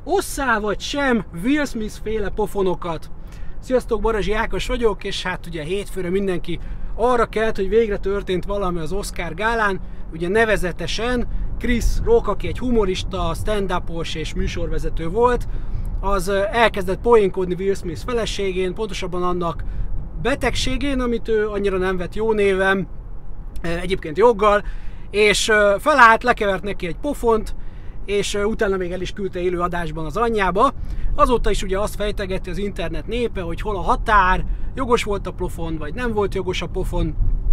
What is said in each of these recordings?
osszál vagy sem Will Smith féle pofonokat. Sziasztok, Barazsi Ákos vagyok, és hát ugye hétfőre mindenki arra kelt, hogy végre történt valami az Oscar gálán. Ugye nevezetesen Chris Rock, aki egy humorista, stand-upos és műsorvezető volt, az elkezdett poénkodni Will Smith feleségén, pontosabban annak betegségén, amit ő annyira nem vett jó néven, egyébként joggal, és felállt, lekevert neki egy pofont, és utána még el is küldte élő adásban az anyjába. Azóta is ugye azt fejtegeti az internet népe, hogy hol a határ, jogos volt a pofon, vagy nem volt jogos a pofon.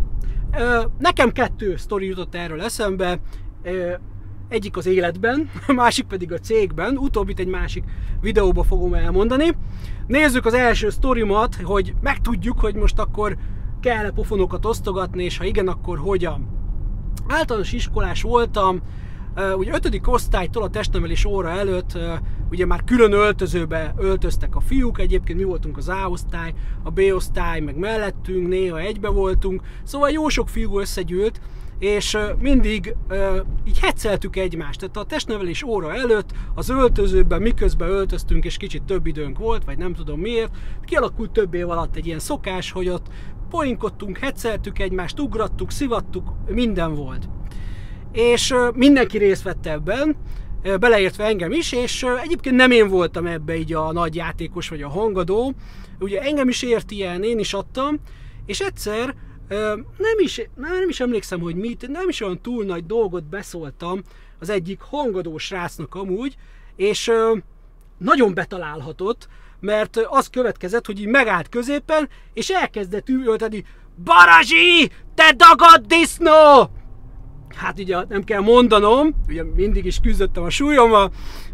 Nekem 2 sztori jutott erről eszembe, egyik az életben, a másik pedig a cégben, utóbbit egy másik videóba fogom elmondani. Nézzük az első sztorimat, hogy megtudjuk, hogy most akkor kell-e pofonokat osztogatni, és ha igen, akkor hogyan. Általános iskolás voltam, ugye 5. osztálytól a testnevelés óra előtt ugye már külön öltözőbe öltöztek a fiúk, egyébként mi voltunk az A osztály, a B osztály, meg mellettünk, néha egybe voltunk, szóval jó sok fiú összegyűlt, és mindig így hecceltük egymást, tehát a testnevelés óra előtt az öltözőben miközben öltöztünk és kicsit több időnk volt, vagy nem tudom miért, kialakult több év alatt egy ilyen szokás, hogy ott poénkodtunk, hecceltük egymást, ugrattuk, szivattuk, minden volt. És mindenki részt vett ebben, beleértve engem is, és egyébként nem én voltam ebbe így a nagy játékos vagy a hangadó, ugye engem is ért ilyen, én is adtam, és egyszer nem is emlékszem, hogy mit, nem is olyan túl nagy dolgot beszóltam az egyik hangadó srácnak amúgy, és nagyon betalálhatott, mert az következett, hogy így megállt középen, és elkezdett üvölteni: Barazsi, te dagadt disznó! Hát ugye nem kell mondanom, ugye mindig is küzdöttem a súlyommal,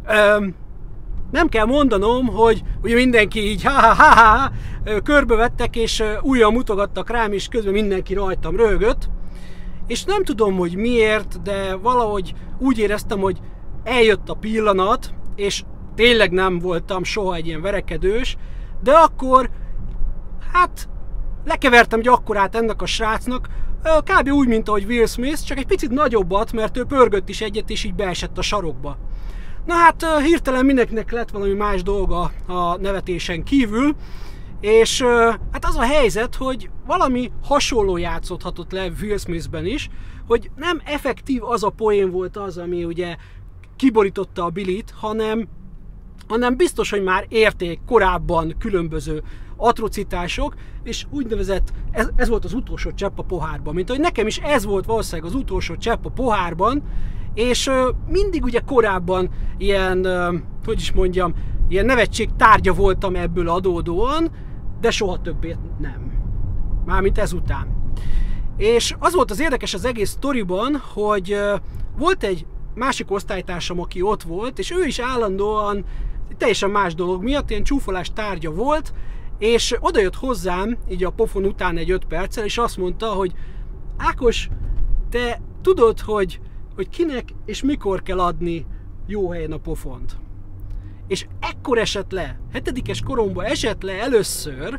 nem kell mondanom, hogy ugye mindenki így körbevettek, és újra mutogattak rám, és közben mindenki rajtam röhögött. És nem tudom, hogy miért, de valahogy úgy éreztem, hogy eljött a pillanat, és tényleg nem voltam soha egy ilyen verekedős, de akkor, hát lekevertem egy akkorát ennek a srácnak, kb. Úgy, mint ahogy Will Smith, csak egy picit nagyobbat, mert ő pörgött is egyet, és így beesett a sarokba. Na hát hirtelen mindenkinek lett valami más dolga a nevetésen kívül, és hát az a helyzet, hogy valami hasonló játszódhatott le Will Smithben is, hogy nem effektív az a poén volt az, ami ugye kiborította a Billit, hanem biztos, hogy már érték korábban különböző atrocitások, és úgynevezett, ez volt az utolsó csepp a pohárban, mint hogy nekem is ez volt valószínűleg az utolsó csepp a pohárban, és mindig ugye korábban ilyen, hogy is mondjam, ilyen nevetség tárgya voltam ebből adódóan, de soha többé nem. Mármint ezután. És az volt az érdekes az egész sztoriban, hogy volt egy másik osztálytársam, aki ott volt, és ő is állandóan teljesen más dolog miatt ilyen csúfolás tárgya volt, és odajött hozzám, így a pofon után egy 5 perccel, és azt mondta, hogy Ákos, te tudod, hogy kinek és mikor kell adni jó helyen a pofont. És ekkor esett le, 7-es koromban esett le először,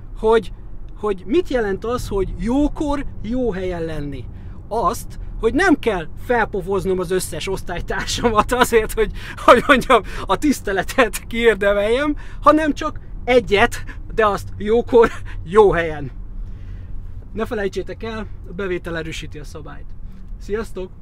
hogy mit jelent az, hogy jókor jó helyen lenni. Azt, hogy nem kell felpofoznom az összes osztálytársamat azért, hogy mondjam, a tiszteletet kiérdemeljem, hanem csak egyet, de azt jókor, jó helyen. Ne felejtsétek el, a bevétel erősíti a szabályt. Sziasztok!